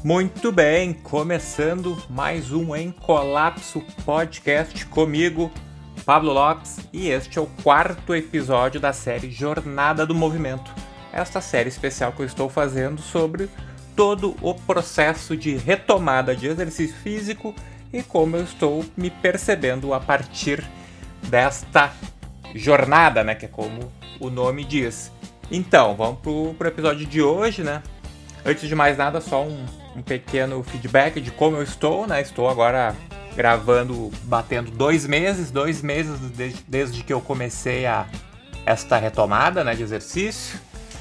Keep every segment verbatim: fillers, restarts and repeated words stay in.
Muito bem, começando mais um Em Colapso Podcast comigo, Pablo Lopes, e este é o quarto episódio da série Jornada do Movimento. Esta série especial que eu estou fazendo sobre todo o processo de retomada de exercício físico e como eu estou me percebendo a partir desta jornada, né, que é como o nome diz. Então, vamos pro, pro episódio de hoje, né? Antes de mais nada, só um, um pequeno feedback de como eu estou, né? Estou agora gravando, batendo dois meses, dois meses desde, desde que eu comecei a, esta retomada, né, de exercício.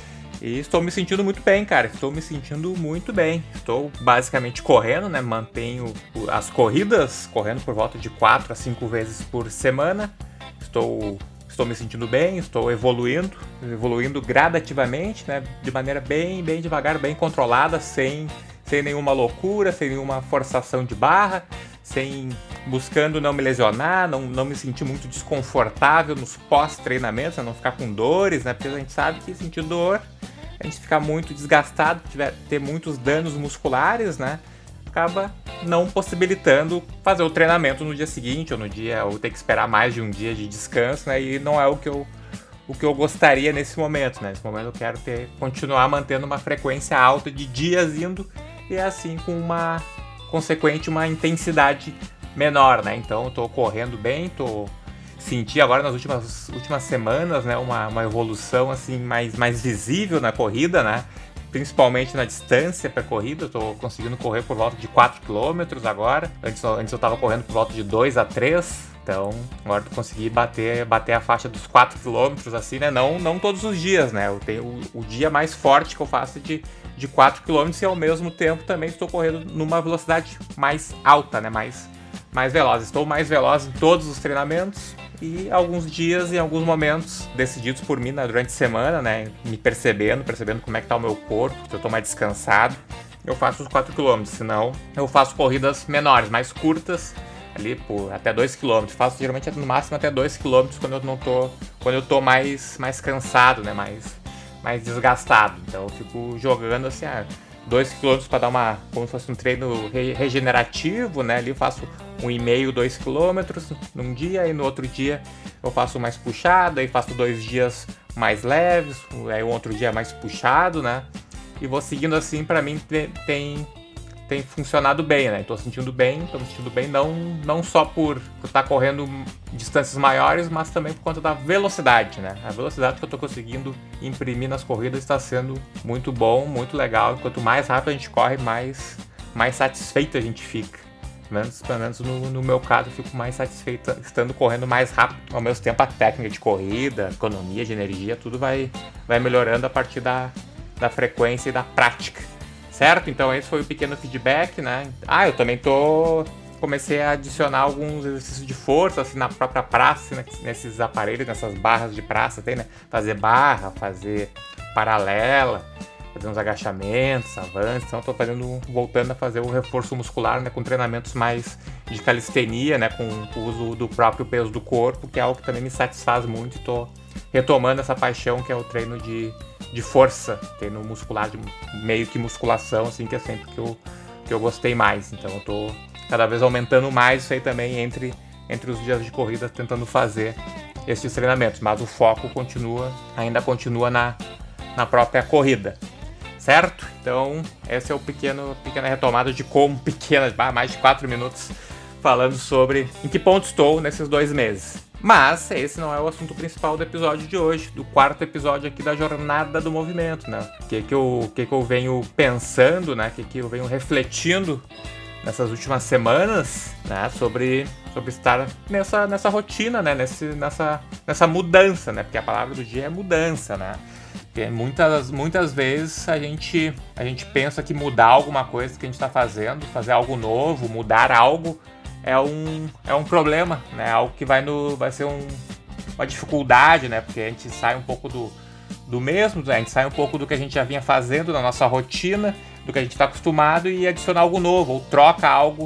E estou me sentindo muito bem, cara. Estou me sentindo muito bem. Estou basicamente correndo, né? Mantenho as corridas, correndo por volta de quatro a cinco vezes por semana. Estou... Estou me sentindo bem, estou evoluindo, evoluindo gradativamente, né, de maneira bem, bem devagar, bem controlada, sem, sem nenhuma loucura, sem nenhuma forçação de barra, sem buscando não me lesionar, não, não me sentir muito desconfortável nos pós-treinamentos, né, não ficar com dores, né, porque a gente sabe que sentir dor, a gente ficar muito desgastado, tiver, ter muitos danos musculares, né, acaba não possibilitando fazer o treinamento no dia seguinte ou no dia, ou ter que esperar mais de um dia de descanso, né? E não é o que eu, o que eu gostaria nesse momento, né? Nesse momento eu quero ter, continuar mantendo uma frequência alta de dias indo e assim com uma consequente uma intensidade menor, né? Então eu tô correndo bem, tô senti agora nas últimas, últimas semanas, né, uma, uma evolução assim mais, mais visível na corrida, né? Principalmente na distância para corrida, eu tô conseguindo correr por volta de quatro quilômetros agora. Antes, antes eu tava correndo por volta de dois a três, então agora eu consegui bater, bater a faixa dos quatro quilômetros assim, né? Não, não todos os dias, né? Eu tenho o, o dia mais forte que eu faço de, de quatro quilômetros e ao mesmo tempo também estou correndo numa velocidade mais alta, né? Mais, mais veloz. Estou mais veloz em todos os treinamentos. E alguns dias e alguns momentos decididos por mim, né, durante a semana, né, me percebendo, percebendo como é que tá o meu corpo, se eu tô mais descansado, eu faço os quatro quilômetros, senão eu faço corridas menores, mais curtas, ali por até dois quilômetros, faço geralmente no máximo até dois quilômetros quando eu não tô, quando eu tô mais, mais cansado, né, mais, mais desgastado, então eu fico jogando assim, ah, dois quilômetros para dar uma, como se fosse um treino re- regenerativo, né, ali eu faço um e meio, dois quilômetros num dia, e no outro dia eu faço mais puxado, aí faço dois dias mais leves, aí o outro dia mais puxado, né? E vou seguindo assim, pra mim tem, tem funcionado bem, né? Tô sentindo bem, tô me sentindo bem não, não só por estar tá correndo distâncias maiores, mas também por conta da velocidade, né? A velocidade que eu tô conseguindo imprimir nas corridas está sendo muito bom, muito legal. Quanto mais rápido a gente corre, mais, mais satisfeito a gente fica. Pelo menos, pelo menos no, no meu caso, eu fico mais satisfeito estando correndo mais rápido. Ao mesmo tempo, a técnica de corrida, economia de energia, tudo vai, vai melhorando a partir da, da frequência e da prática. Certo? Então esse foi o pequeno feedback, né? Ah, eu também tô... comecei a adicionar alguns exercícios de força, assim, na própria praça, né? Nesses aparelhos, nessas barras de praça, tem, né? Fazer barra, fazer paralela, fazer uns agachamentos, avanços, então eu tô fazendo, voltando a fazer o reforço muscular, né, com treinamentos mais de calistenia, né, com o uso do próprio peso do corpo, que é algo que também me satisfaz muito, e tô retomando essa paixão que é o treino de, de força, treino muscular, de meio que musculação, assim, que é sempre que eu, que eu gostei mais, então eu tô cada vez aumentando mais isso aí também entre, entre os dias de corrida, tentando fazer esses treinamentos, mas o foco continua, ainda continua na, na própria corrida. Certo? Então, essa é o pequeno, pequena retomada de como pequena, mais de quatro minutos, falando sobre em que ponto estou nesses dois meses. Mas esse não é o assunto principal do episódio de hoje, do quarto episódio aqui da Jornada do Movimento, né? O que que eu, que que eu venho pensando, né? O que que eu venho refletindo nessas últimas semanas, né? Sobre, sobre estar nessa, nessa rotina, né? Nesse, nessa, nessa mudança, né? Porque a palavra do dia é mudança, né? Porque muitas, muitas vezes a gente, a gente pensa que mudar alguma coisa que a gente está fazendo, fazer algo novo, mudar algo, é um, é um problema, né? Algo que vai, no, vai ser um, uma dificuldade, né? Porque a gente sai um pouco do, do mesmo, né? A gente sai um pouco do que a gente já vinha fazendo na nossa rotina, do que a gente está acostumado e adiciona algo novo, ou troca algo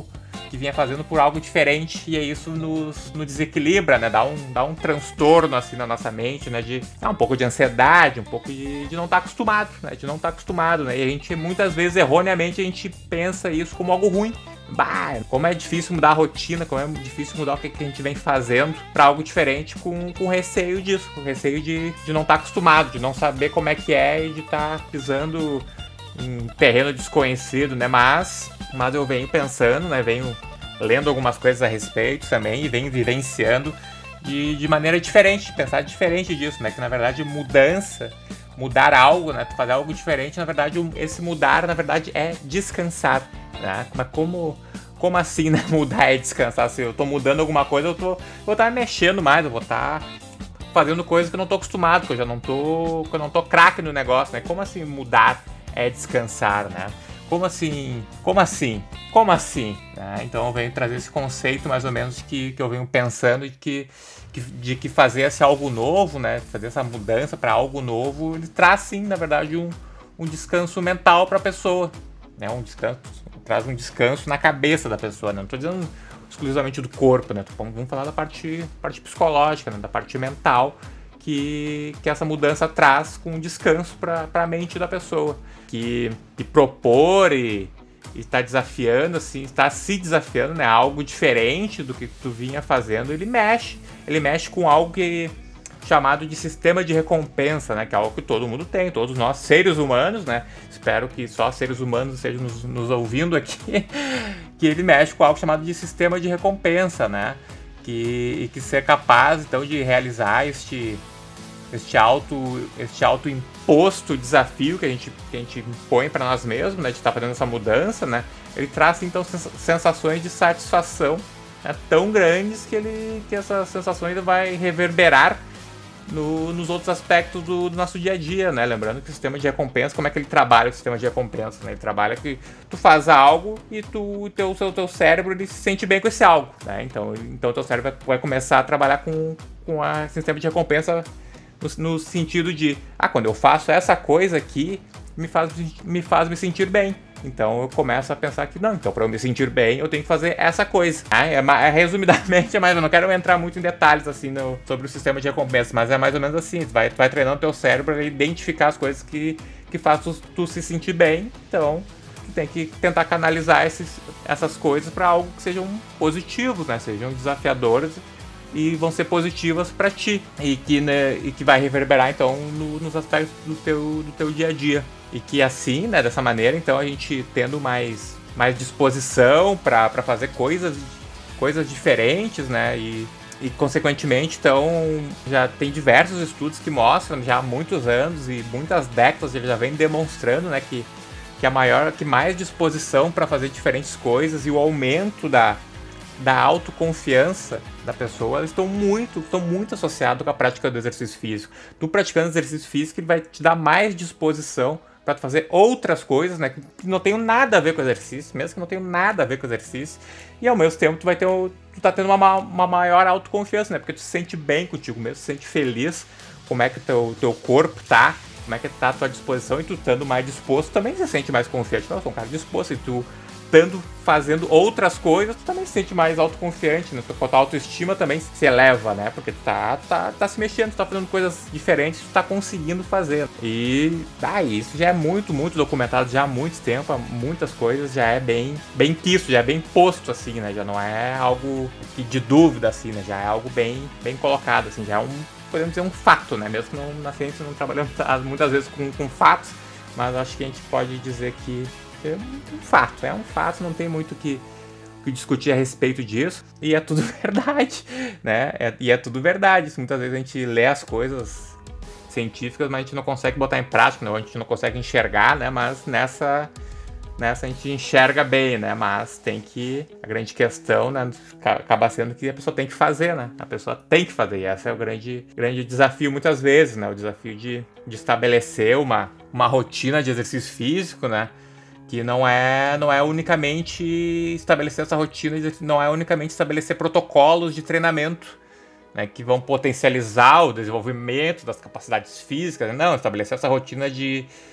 que vinha fazendo por algo diferente, e aí isso nos, nos desequilibra, né? Dá um, dá um transtorno assim na nossa mente, né? De ah, um pouco de ansiedade, um pouco de, de não estar acostumado, né? De não estar acostumado, né? E a gente, muitas vezes, erroneamente, a gente pensa isso como algo ruim. Bah, como é difícil mudar a rotina, como é difícil mudar o que a gente vem fazendo pra algo diferente, com, com receio disso, com receio de, de não estar acostumado, de não saber como é que é e de estar pisando em terreno desconhecido, né? Mas, mas eu venho pensando, né? Venho lendo algumas coisas a respeito também e venho vivenciando de, de maneira diferente, pensar diferente disso, né? Que na verdade mudança, mudar algo, né? Fazer algo diferente, na verdade esse mudar, na verdade, é descansar, né? Mas como, como assim, né? Mudar é descansar? Se eu tô mudando alguma coisa, eu tô, eu vou estar mexendo mais, eu vou estar fazendo coisas que eu não tô acostumado, que eu já não tô, que eu não tô craque no negócio, né? Como assim mudar é descansar, né? Como assim? Como assim? Como assim? Né? Então eu venho trazer esse conceito mais ou menos que, que eu venho pensando de que, que, de que fazer esse algo novo, né? Fazer essa mudança para algo novo, ele traz sim, na verdade, um, um descanso mental para a pessoa, né? Um descanso, traz um descanso na cabeça da pessoa, né? Não estou dizendo exclusivamente do corpo, né? Vamos falar da parte, parte psicológica, né? Da parte mental que, que essa mudança traz com descanso para a mente da pessoa. Que, que propor e está desafiando, assim, está se desafiando, né? Algo diferente do que tu vinha fazendo, ele mexe. Ele mexe com algo que, chamado de sistema de recompensa, né? Que é algo que todo mundo tem, todos nós, seres humanos, né? Espero que só seres humanos estejam nos, nos ouvindo aqui. Que ele mexe com algo chamado de sistema de recompensa, né? Que, e que ser capaz, então, de realizar este... Este auto, este autoimposto desafio que a gente, que a gente impõe para nós mesmos, né, de estar fazendo essa mudança, né, ele traz então sensações de satisfação, né, tão grandes que, ele, que essas sensações vai reverberar no, nos outros aspectos do, do nosso dia a dia, né? Lembrando que o sistema de recompensa, como é que ele trabalha o sistema de recompensa, né? Ele trabalha que tu faz algo e tu, teu, seu, teu cérebro ele se sente bem com esse algo, né? Então, então teu cérebro vai começar a trabalhar com, com o sistema de recompensa No, no sentido de, ah, quando eu faço essa coisa aqui, me faz, me faz me sentir bem. Então eu começo a pensar que, não, então para eu me sentir bem, eu tenho que fazer essa coisa. Ah, é, é, resumidamente, mas eu não quero entrar muito em detalhes assim no, sobre o sistema de recompensa, mas é mais ou menos assim, tu vai, tu vai treinando teu cérebro para identificar as coisas que, que fazem tu, tu se sentir bem. Então tu tem que tentar canalizar esses, essas coisas para algo que sejam positivos, né? Sejam desafiadores e vão ser positivas para ti e que, né, e que vai reverberar então no, nos aspectos do teu, do teu dia a dia, e que assim, né, dessa maneira, então a gente tendo mais, mais disposição para fazer coisas, coisas diferentes, né, e, e consequentemente então já tem diversos estudos que mostram já há muitos anos e muitas décadas ele já vem demonstrando, né, que, que a maior, que mais disposição para fazer diferentes coisas e o aumento da da autoconfiança da pessoa, eles estão muito, estão muito associados com a prática do exercício físico. Tu praticando exercício físico, ele vai te dar mais disposição para fazer outras coisas, né, que não tem nada a ver com o exercício, mesmo que não tenham nada a ver com o exercício, e ao mesmo tempo tu vai ter, tu tá tendo uma, uma maior autoconfiança, né, porque tu se sente bem contigo mesmo, tu se sente feliz, como é que o teu, teu corpo tá, como é que tá a tua disposição, e tu estando mais disposto, também se sente mais confiante. Não, eu sou um cara disposto, e tu estando fazendo outras coisas, tu também se sente mais autoconfiante, né? Tua autoestima também se eleva, né? Porque tu tá, tá, tá se mexendo, tu tá fazendo coisas diferentes, tu tá conseguindo fazer. E ah, isso já é muito, muito documentado já há muito tempo, há muitas coisas, já é bem, bem quisto, já é bem posto, assim, né? Já não é algo de dúvida, assim, né? Já é algo bem, bem colocado, assim, já é um, podemos dizer, um fato, né? Mesmo que não, na ciência não trabalhamos muitas vezes com, com fatos, mas acho que a gente pode dizer que é um fato, é um fato, não tem muito o que, que discutir a respeito disso, e é tudo verdade, né? É, e é tudo verdade. Muitas vezes a gente lê as coisas científicas, mas a gente não consegue botar em prática, né? A gente não consegue enxergar, né? Mas nessa, nessa a gente enxerga bem, né? Mas tem que, a grande questão, né, acaba sendo que a pessoa tem que fazer, né? A pessoa tem que fazer, e esse é o grande, grande desafio muitas vezes, né? O desafio de, de estabelecer uma, uma rotina de exercício físico, né? Que não é, não é unicamente estabelecer essa rotina, não é unicamente estabelecer protocolos de treinamento, né, que vão potencializar o desenvolvimento das capacidades físicas. Não, estabelecer essa rotina de,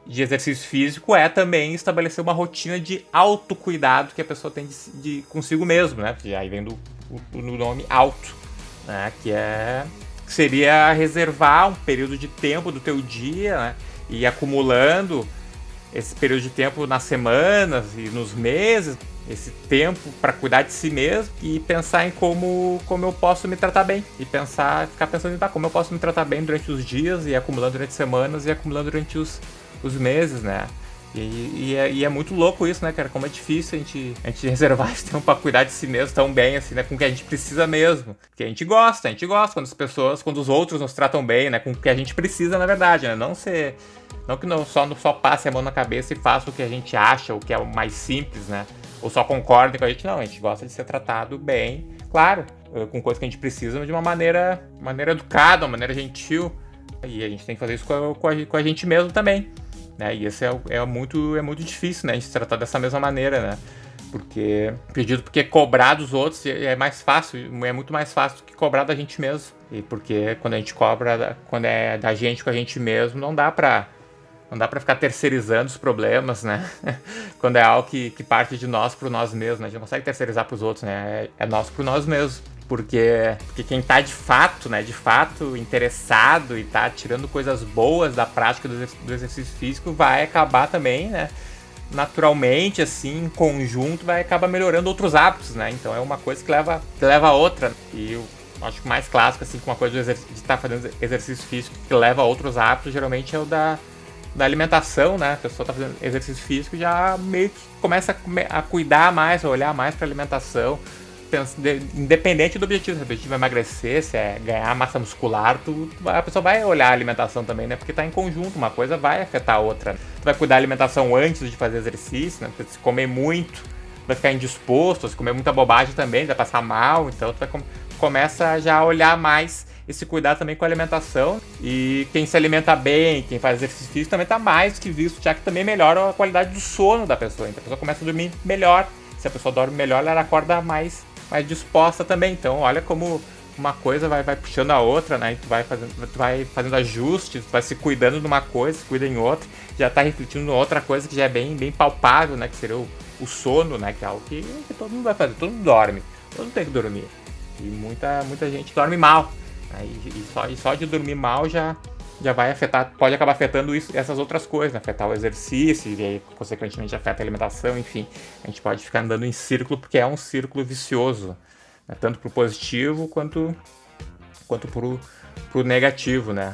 de exercício físico é também estabelecer uma rotina de autocuidado que a pessoa tem de, de consigo mesmo, né? Que aí vem do, do nome auto, né? Que é que seria reservar um período de tempo do teu dia, né? E ir acumulando esse período de tempo nas semanas e nos meses, esse tempo para cuidar de si mesmo e pensar em como, como eu posso me tratar bem. E pensar, ficar pensando em ah, como eu posso me tratar bem durante os dias e acumulando durante semanas e acumulando durante os, os meses, né? E, e, é, e é muito louco isso, né, cara? Como é difícil a gente, a gente reservar esse tempo pra cuidar de si mesmo tão bem, assim, né? Com o que a gente precisa mesmo. Porque a gente gosta, a gente gosta quando as pessoas, quando os outros nos tratam bem, né? Com o que a gente precisa, na verdade, né? Não ser... Não que não, só, só passe a mão na cabeça e faça o que a gente acha, o que é o mais simples, né? Ou só concordem com a gente. Não, a gente gosta de ser tratado bem, claro, com coisas que a gente precisa, mas de uma maneira, maneira educada, uma maneira gentil. E a gente tem que fazer isso com a, com a, com a gente mesmo também, né? E isso é, é, muito, é muito difícil, né? A gente se tratar dessa mesma maneira, né? Porque, acredito, porque cobrar dos outros é mais fácil, é muito mais fácil do que cobrar da gente mesmo. E porque quando a gente cobra, quando é da gente com a gente mesmo, não dá pra... Não dá pra ficar terceirizando os problemas, né? Quando é algo que, que parte de nós pro nós mesmos, né? A gente não consegue terceirizar pros outros, né? É, é nós pro nós mesmos. Porque, porque quem tá de fato, né? De fato interessado e tá tirando coisas boas da prática do, exerc- do exercício físico vai acabar também, né? Naturalmente, assim, em conjunto, vai acabar melhorando outros hábitos, né? Então é uma coisa que leva, que leva a outra. E eu acho que o mais clássico, assim, com uma coisa de estar tá fazendo exercício físico que leva a outros hábitos, geralmente é o da... da alimentação, né? A pessoa tá fazendo exercício físico e já meio que começa a, a cuidar mais, a olhar mais pra alimentação, pensa, de, independente do objetivo. Se o objetivo é emagrecer, se é ganhar massa muscular, tu, tu, a pessoa vai olhar a alimentação também, né? Porque tá em conjunto, uma coisa vai afetar a outra. Tu vai cuidar da alimentação antes de fazer exercício, né? Porque se comer muito, tu vai ficar indisposto, se comer muita bobagem também, vai passar mal, então tu, vai, tu começa já a olhar mais esse cuidar também com a alimentação. E quem se alimenta bem, quem faz exercício físico também tá mais do que visto, já que também melhora a qualidade do sono da pessoa. Então a pessoa começa a dormir melhor. Se a pessoa dorme melhor, ela acorda mais, mais disposta também. Então olha como uma coisa vai, vai puxando a outra, né? E tu vai fazendo, tu vai fazendo ajustes, tu vai se cuidando de uma coisa, se cuida em outra, já tá refletindo em outra coisa que já é bem, bem palpável, né? Que seria o, o sono, né? Que é algo que, que todo mundo vai fazer, todo mundo dorme, todo mundo tem que dormir. E muita, muita gente dorme mal. Aí, e, só, e só de dormir mal já, já vai afetar, pode acabar afetando isso, essas outras coisas, né? Afetar o exercício, e aí, consequentemente, afeta a alimentação, enfim. A gente pode ficar andando em círculo, porque é um círculo vicioso, né? Tanto pro positivo quanto, quanto pro, pro negativo, né?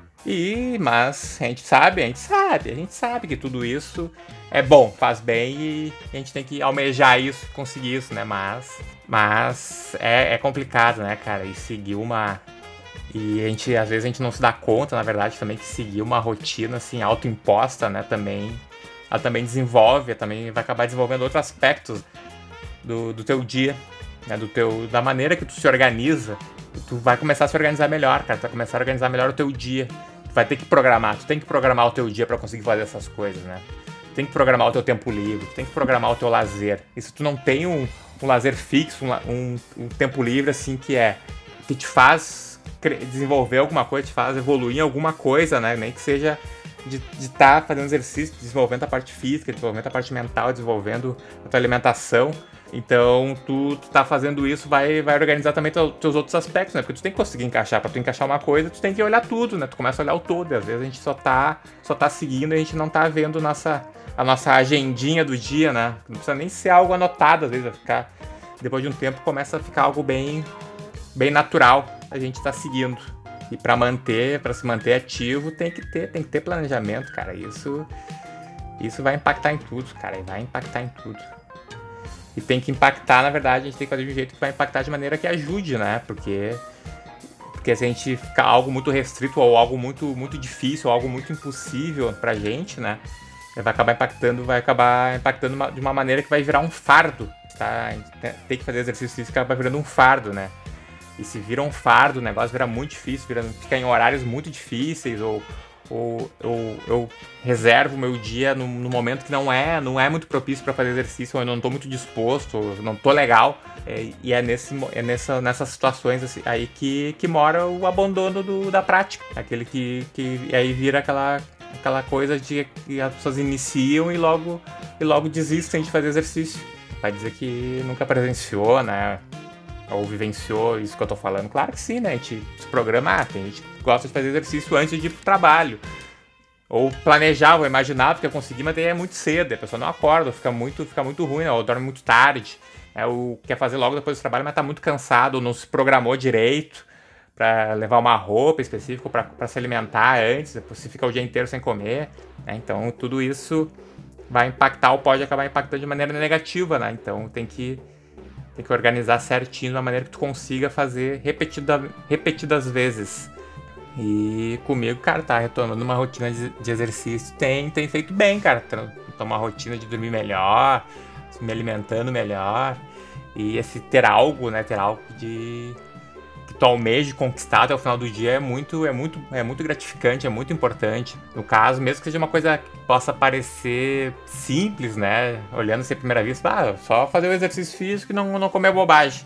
E, mas a gente sabe, a gente sabe, a gente sabe que tudo isso é bom, faz bem e a gente tem que almejar isso, conseguir isso, né? Mas, mas é, é complicado, né, cara? E seguir uma... E a gente, às vezes, a gente não se dá conta, na verdade, também que seguir uma rotina, assim, autoimposta, né, também, ela também desenvolve, também vai acabar desenvolvendo outros aspectos do, do teu dia, né, do teu, da maneira que tu se organiza. Tu vai começar a se organizar melhor, cara, tu vai começar a organizar melhor o teu dia. Tu vai ter que programar, tu tem que programar o teu dia pra conseguir fazer essas coisas, né. Tu tem que programar o teu tempo livre, tu tem que programar o teu lazer. E se tu não tem um, um lazer fixo, um, um, um tempo livre, assim, que é, que te faz desenvolver alguma coisa, te faz evoluir em alguma coisa, né? Nem que seja de estar tá fazendo exercício, desenvolvendo a parte física, desenvolvendo a parte mental, desenvolvendo a tua alimentação. Então, tu, tu tá fazendo isso, vai, vai organizar também teus, teus outros aspectos, né? Porque tu tem que conseguir encaixar. Pra tu encaixar uma coisa, tu tem que olhar tudo, né? Tu começa a olhar o todo. E às vezes a gente só tá, só tá seguindo e a gente não tá vendo nossa, a nossa agendinha do dia, né? Não precisa nem ser algo anotado, às vezes vai ficar... Depois de um tempo começa a ficar algo bem, bem natural. A gente tá seguindo. E pra manter, para se manter ativo, tem que ter, tem que ter planejamento, cara. Isso, isso vai impactar em tudo, cara. Vai impactar em tudo. E tem que impactar, na verdade, a gente tem que fazer de um jeito que vai impactar de maneira que ajude, né? Porque, porque se a gente ficar algo muito restrito ou algo muito, muito difícil, ou algo muito impossível pra gente, né? Vai acabar impactando, vai acabar impactando uma, de uma maneira que vai virar um fardo, tá? A gente tem que fazer exercício físico, acaba virando um fardo, né? E se vira um fardo, o negócio vira muito difícil, vira, fica em horários muito difíceis, ou, ou, ou eu reservo o meu dia no, no momento que não é, não é muito propício para fazer exercício, ou eu não tô muito disposto, ou não tô legal, é, e é, nesse, é nessa, nessas situações assim, aí que, que mora o abandono do, da prática, aquele que, que aí vira aquela, aquela coisa de que as pessoas iniciam e logo, e logo desistem de fazer exercício. Vai dizer que nunca presenciou, né? Ou vivenciou isso que eu tô falando. Claro que sim, né? A gente se programa, ah, tem gente que gosta de fazer exercício antes de ir pro trabalho. Ou planejava, ou imaginava que ia conseguir, mas daí é muito cedo, a pessoa não acorda, fica muito, fica muito ruim, né? Ou dorme muito tarde. É, ou quer fazer logo depois do trabalho, mas tá muito cansado, ou não se programou direito para levar uma roupa específica para se alimentar antes, depois você fica o dia inteiro sem comer, né? Então tudo isso vai impactar ou pode acabar impactando de maneira negativa, né? Então tem que, tem que organizar certinho de uma maneira que tu consiga fazer repetida, repetidas vezes. E comigo, cara, tá retomando uma rotina de, de exercício, tem, tem feito bem, cara. Então uma rotina de dormir melhor, me alimentando melhor. E esse ter algo, né, ter algo de que tu almeja conquistar até o final do dia é muito, é muito, é muito gratificante, é muito importante. No caso, mesmo que seja uma coisa que possa parecer simples, né, olhando assim à primeira vista, ah, só fazer o exercício físico e não, não comer bobagem.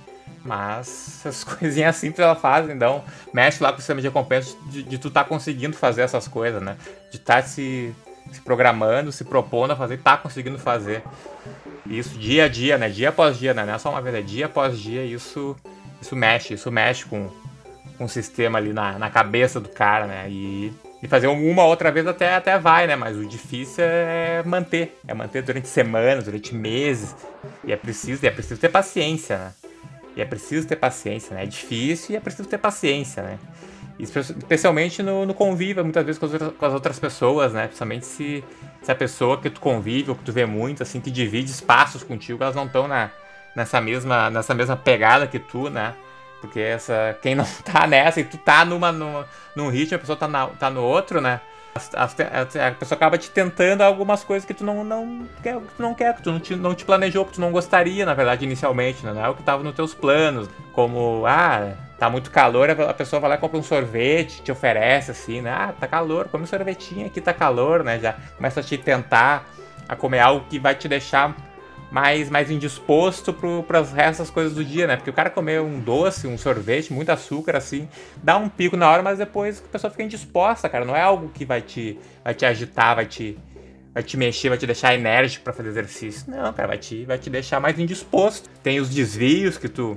Mas essas coisinhas simples ela faz, então mexe lá com o sistema de recompensa de, de tu estar tá conseguindo fazer essas coisas, né? De estar tá se, se programando, se propondo a fazer e tá conseguindo fazer. Isso dia a dia, né? Dia após dia, né? Não é só uma vez, é dia após dia, isso, isso mexe, isso mexe com, com o sistema ali na, na cabeça do cara, né? E, e fazer uma outra vez até, até vai, né? Mas o difícil é manter, é manter durante semanas, durante meses. E é preciso, e é preciso ter paciência, né? E é preciso ter paciência, né? É difícil e é preciso ter paciência, né? Especialmente no, no convívio, muitas vezes com as, outras, com as outras pessoas, né? Principalmente se, se a pessoa que tu convive ou que tu vê muito, assim, que divide espaços contigo, elas não estão na, nessa, mesma, nessa mesma pegada que tu, né? Porque essa, quem não tá nessa e tu tá numa, numa, num ritmo, a pessoa tá, na, tá no outro, né? A, a, a pessoa acaba te tentando algumas coisas que tu não, não quer, que tu não quer, que tu não te, não te planejou, que tu não gostaria, na verdade, inicialmente, né? Não é o que tava nos teus planos. Como, ah, tá muito calor, a pessoa vai lá e compra um sorvete, te oferece assim, né? Ah, tá calor, come um sorvetinho aqui, tá calor, né? Já começa a te tentar a comer algo que vai te deixar mais, mais indisposto para as restas coisas do dia, né? Porque o cara comer um doce, um sorvete, muito açúcar, assim, dá um pico na hora, mas depois a pessoa fica indisposta, cara. Não é algo que vai te, vai te agitar, vai te, vai te mexer, vai te deixar enérgico para fazer exercício. Não, cara, vai te, vai te deixar mais indisposto. Tem os desvios que tu,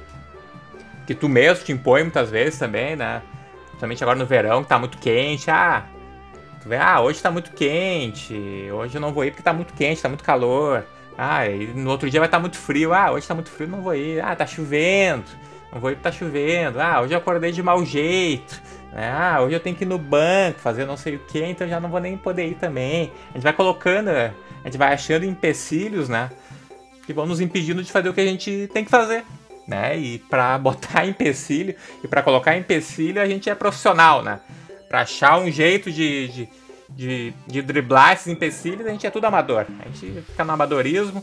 que tu mesmo te impõe muitas vezes também, né? Principalmente agora no verão, que tá muito quente. Ah, tu vê, ah, hoje tá muito quente, hoje eu não vou ir porque tá muito quente, tá muito calor. Ah, e no outro dia vai estar muito frio. Ah, hoje tá muito frio, não vou ir. Ah, tá chovendo. Não vou ir porque tá chovendo. Ah, hoje eu acordei de mau jeito. Ah, hoje eu tenho que ir no banco fazer não sei o que, então já não vou nem poder ir também. A gente vai colocando, a gente vai achando empecilhos, né? Que vão nos impedindo de fazer o que a gente tem que fazer, né? E pra botar empecilho e pra colocar empecilho a gente é profissional, né? Pra achar um jeito de... de De, de driblar esses empecilhos, a gente é tudo amador. A gente fica no amadorismo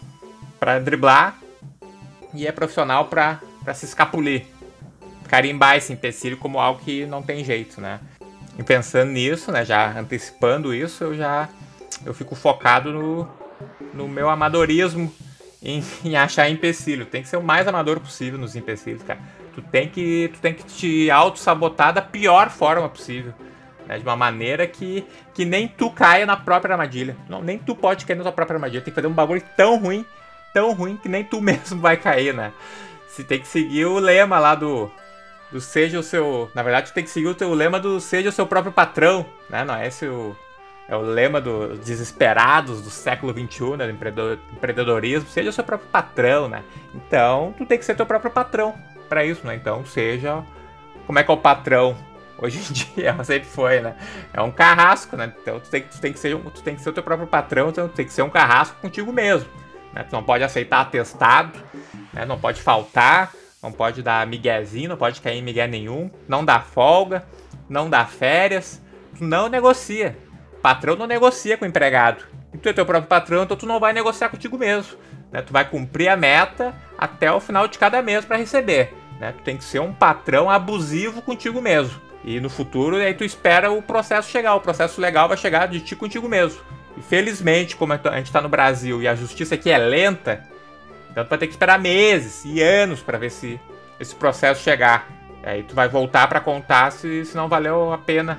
pra driblar e é profissional pra, pra se escapulir. Carimbar esse empecilho como algo que não tem jeito, né? E pensando nisso, né, já antecipando isso, eu já eu fico focado no, no meu amadorismo em, em achar empecilho. Tem que ser o mais amador possível nos empecilhos, cara. Tu tem que, tu tem que te auto-sabotar da pior forma possível. Né, de uma maneira que, que nem tu caia na própria armadilha. Não, nem tu pode cair na tua própria armadilha. Tem que fazer um bagulho tão ruim, tão ruim, que nem tu mesmo vai cair, né? Você tem que seguir o lema lá do, do seja o seu... Na verdade, tu tem que seguir o teu lema do seja o seu próprio patrão, né? Não é esse o... É o lema dos desesperados do século vinte e um, né? Do empreendedorismo. Seja o seu próprio patrão, né? Então, tu tem que ser teu próprio patrão pra isso, né? Então, seja... Como é que é o patrão? Hoje em dia, sempre foi, né? É um carrasco, né? Então tu tem, tu tem, que, ser, tu tem que ser o teu próprio patrão, então tu tem que ser um carrasco contigo mesmo, né? Tu não pode aceitar atestado, né? Não pode faltar, não pode dar miguezinho, não pode cair em migué nenhum, não dá folga, não dá férias, tu não negocia. O patrão não negocia com o empregado. E tu é teu próprio patrão, então tu não vai negociar contigo mesmo, né? Tu vai cumprir a meta até o final de cada mês para receber, né? Tu tem que ser um patrão abusivo contigo mesmo. E no futuro, aí tu espera o processo chegar. O processo legal vai chegar de ti contigo mesmo. E felizmente, como a gente tá no Brasil e a justiça aqui é lenta, então tu vai ter que esperar meses e anos para ver se esse processo chegar. Aí tu vai voltar para contar se, se não valeu a pena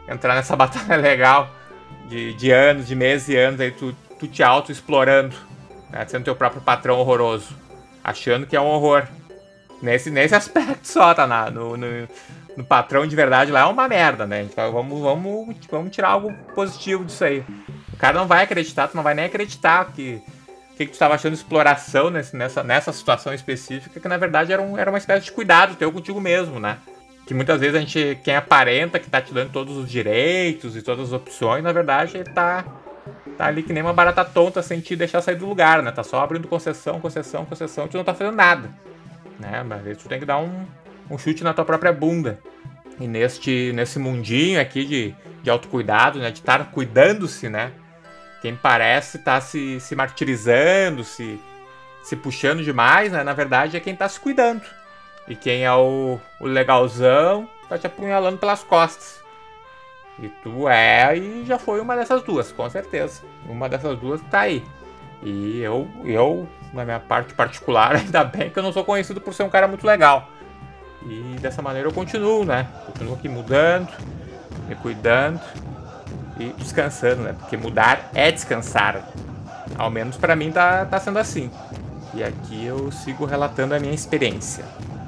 entrar nessa batalha legal de, de anos, de meses e anos, aí tu, tu te auto-explorando, né? Sendo teu próprio patrão horroroso, achando que é um horror. Nesse, nesse aspecto só, tá? Na, no, no, no patrão de verdade lá é uma merda, né? Então, vamos, vamos, vamos tirar algo positivo disso aí. O cara não vai acreditar, tu não vai nem acreditar que, que, que tu estava achando exploração nesse, nessa, nessa situação específica, que na verdade era, um, era uma espécie de cuidado teu contigo mesmo, né? Que muitas vezes a gente, quem aparenta que tá te dando todos os direitos e todas as opções, na verdade ele tá, tá ali que nem uma barata tonta sem te deixar sair do lugar, né? Tá só abrindo concessão, concessão, concessão, e tu não tá fazendo nada, né? Mas às vezes tu tem que dar um, um chute na tua própria bunda. E neste, nesse mundinho aqui de, de autocuidado, né? De estar cuidando-se, né? Quem parece tá se, se martirizando, se, se puxando demais, né? Na verdade é quem tá se cuidando. E quem é o, o legalzão tá te apunhalando pelas costas. E tu é e já foi uma dessas duas, com certeza. Uma dessas duas tá aí. E eu, eu, na minha parte particular, ainda bem que eu não sou conhecido por ser um cara muito legal. E dessa maneira eu continuo, né? Continuo aqui mudando, me cuidando e descansando, né? Porque mudar é descansar. Ao menos pra mim tá, tá sendo assim. E aqui eu sigo relatando a minha experiência.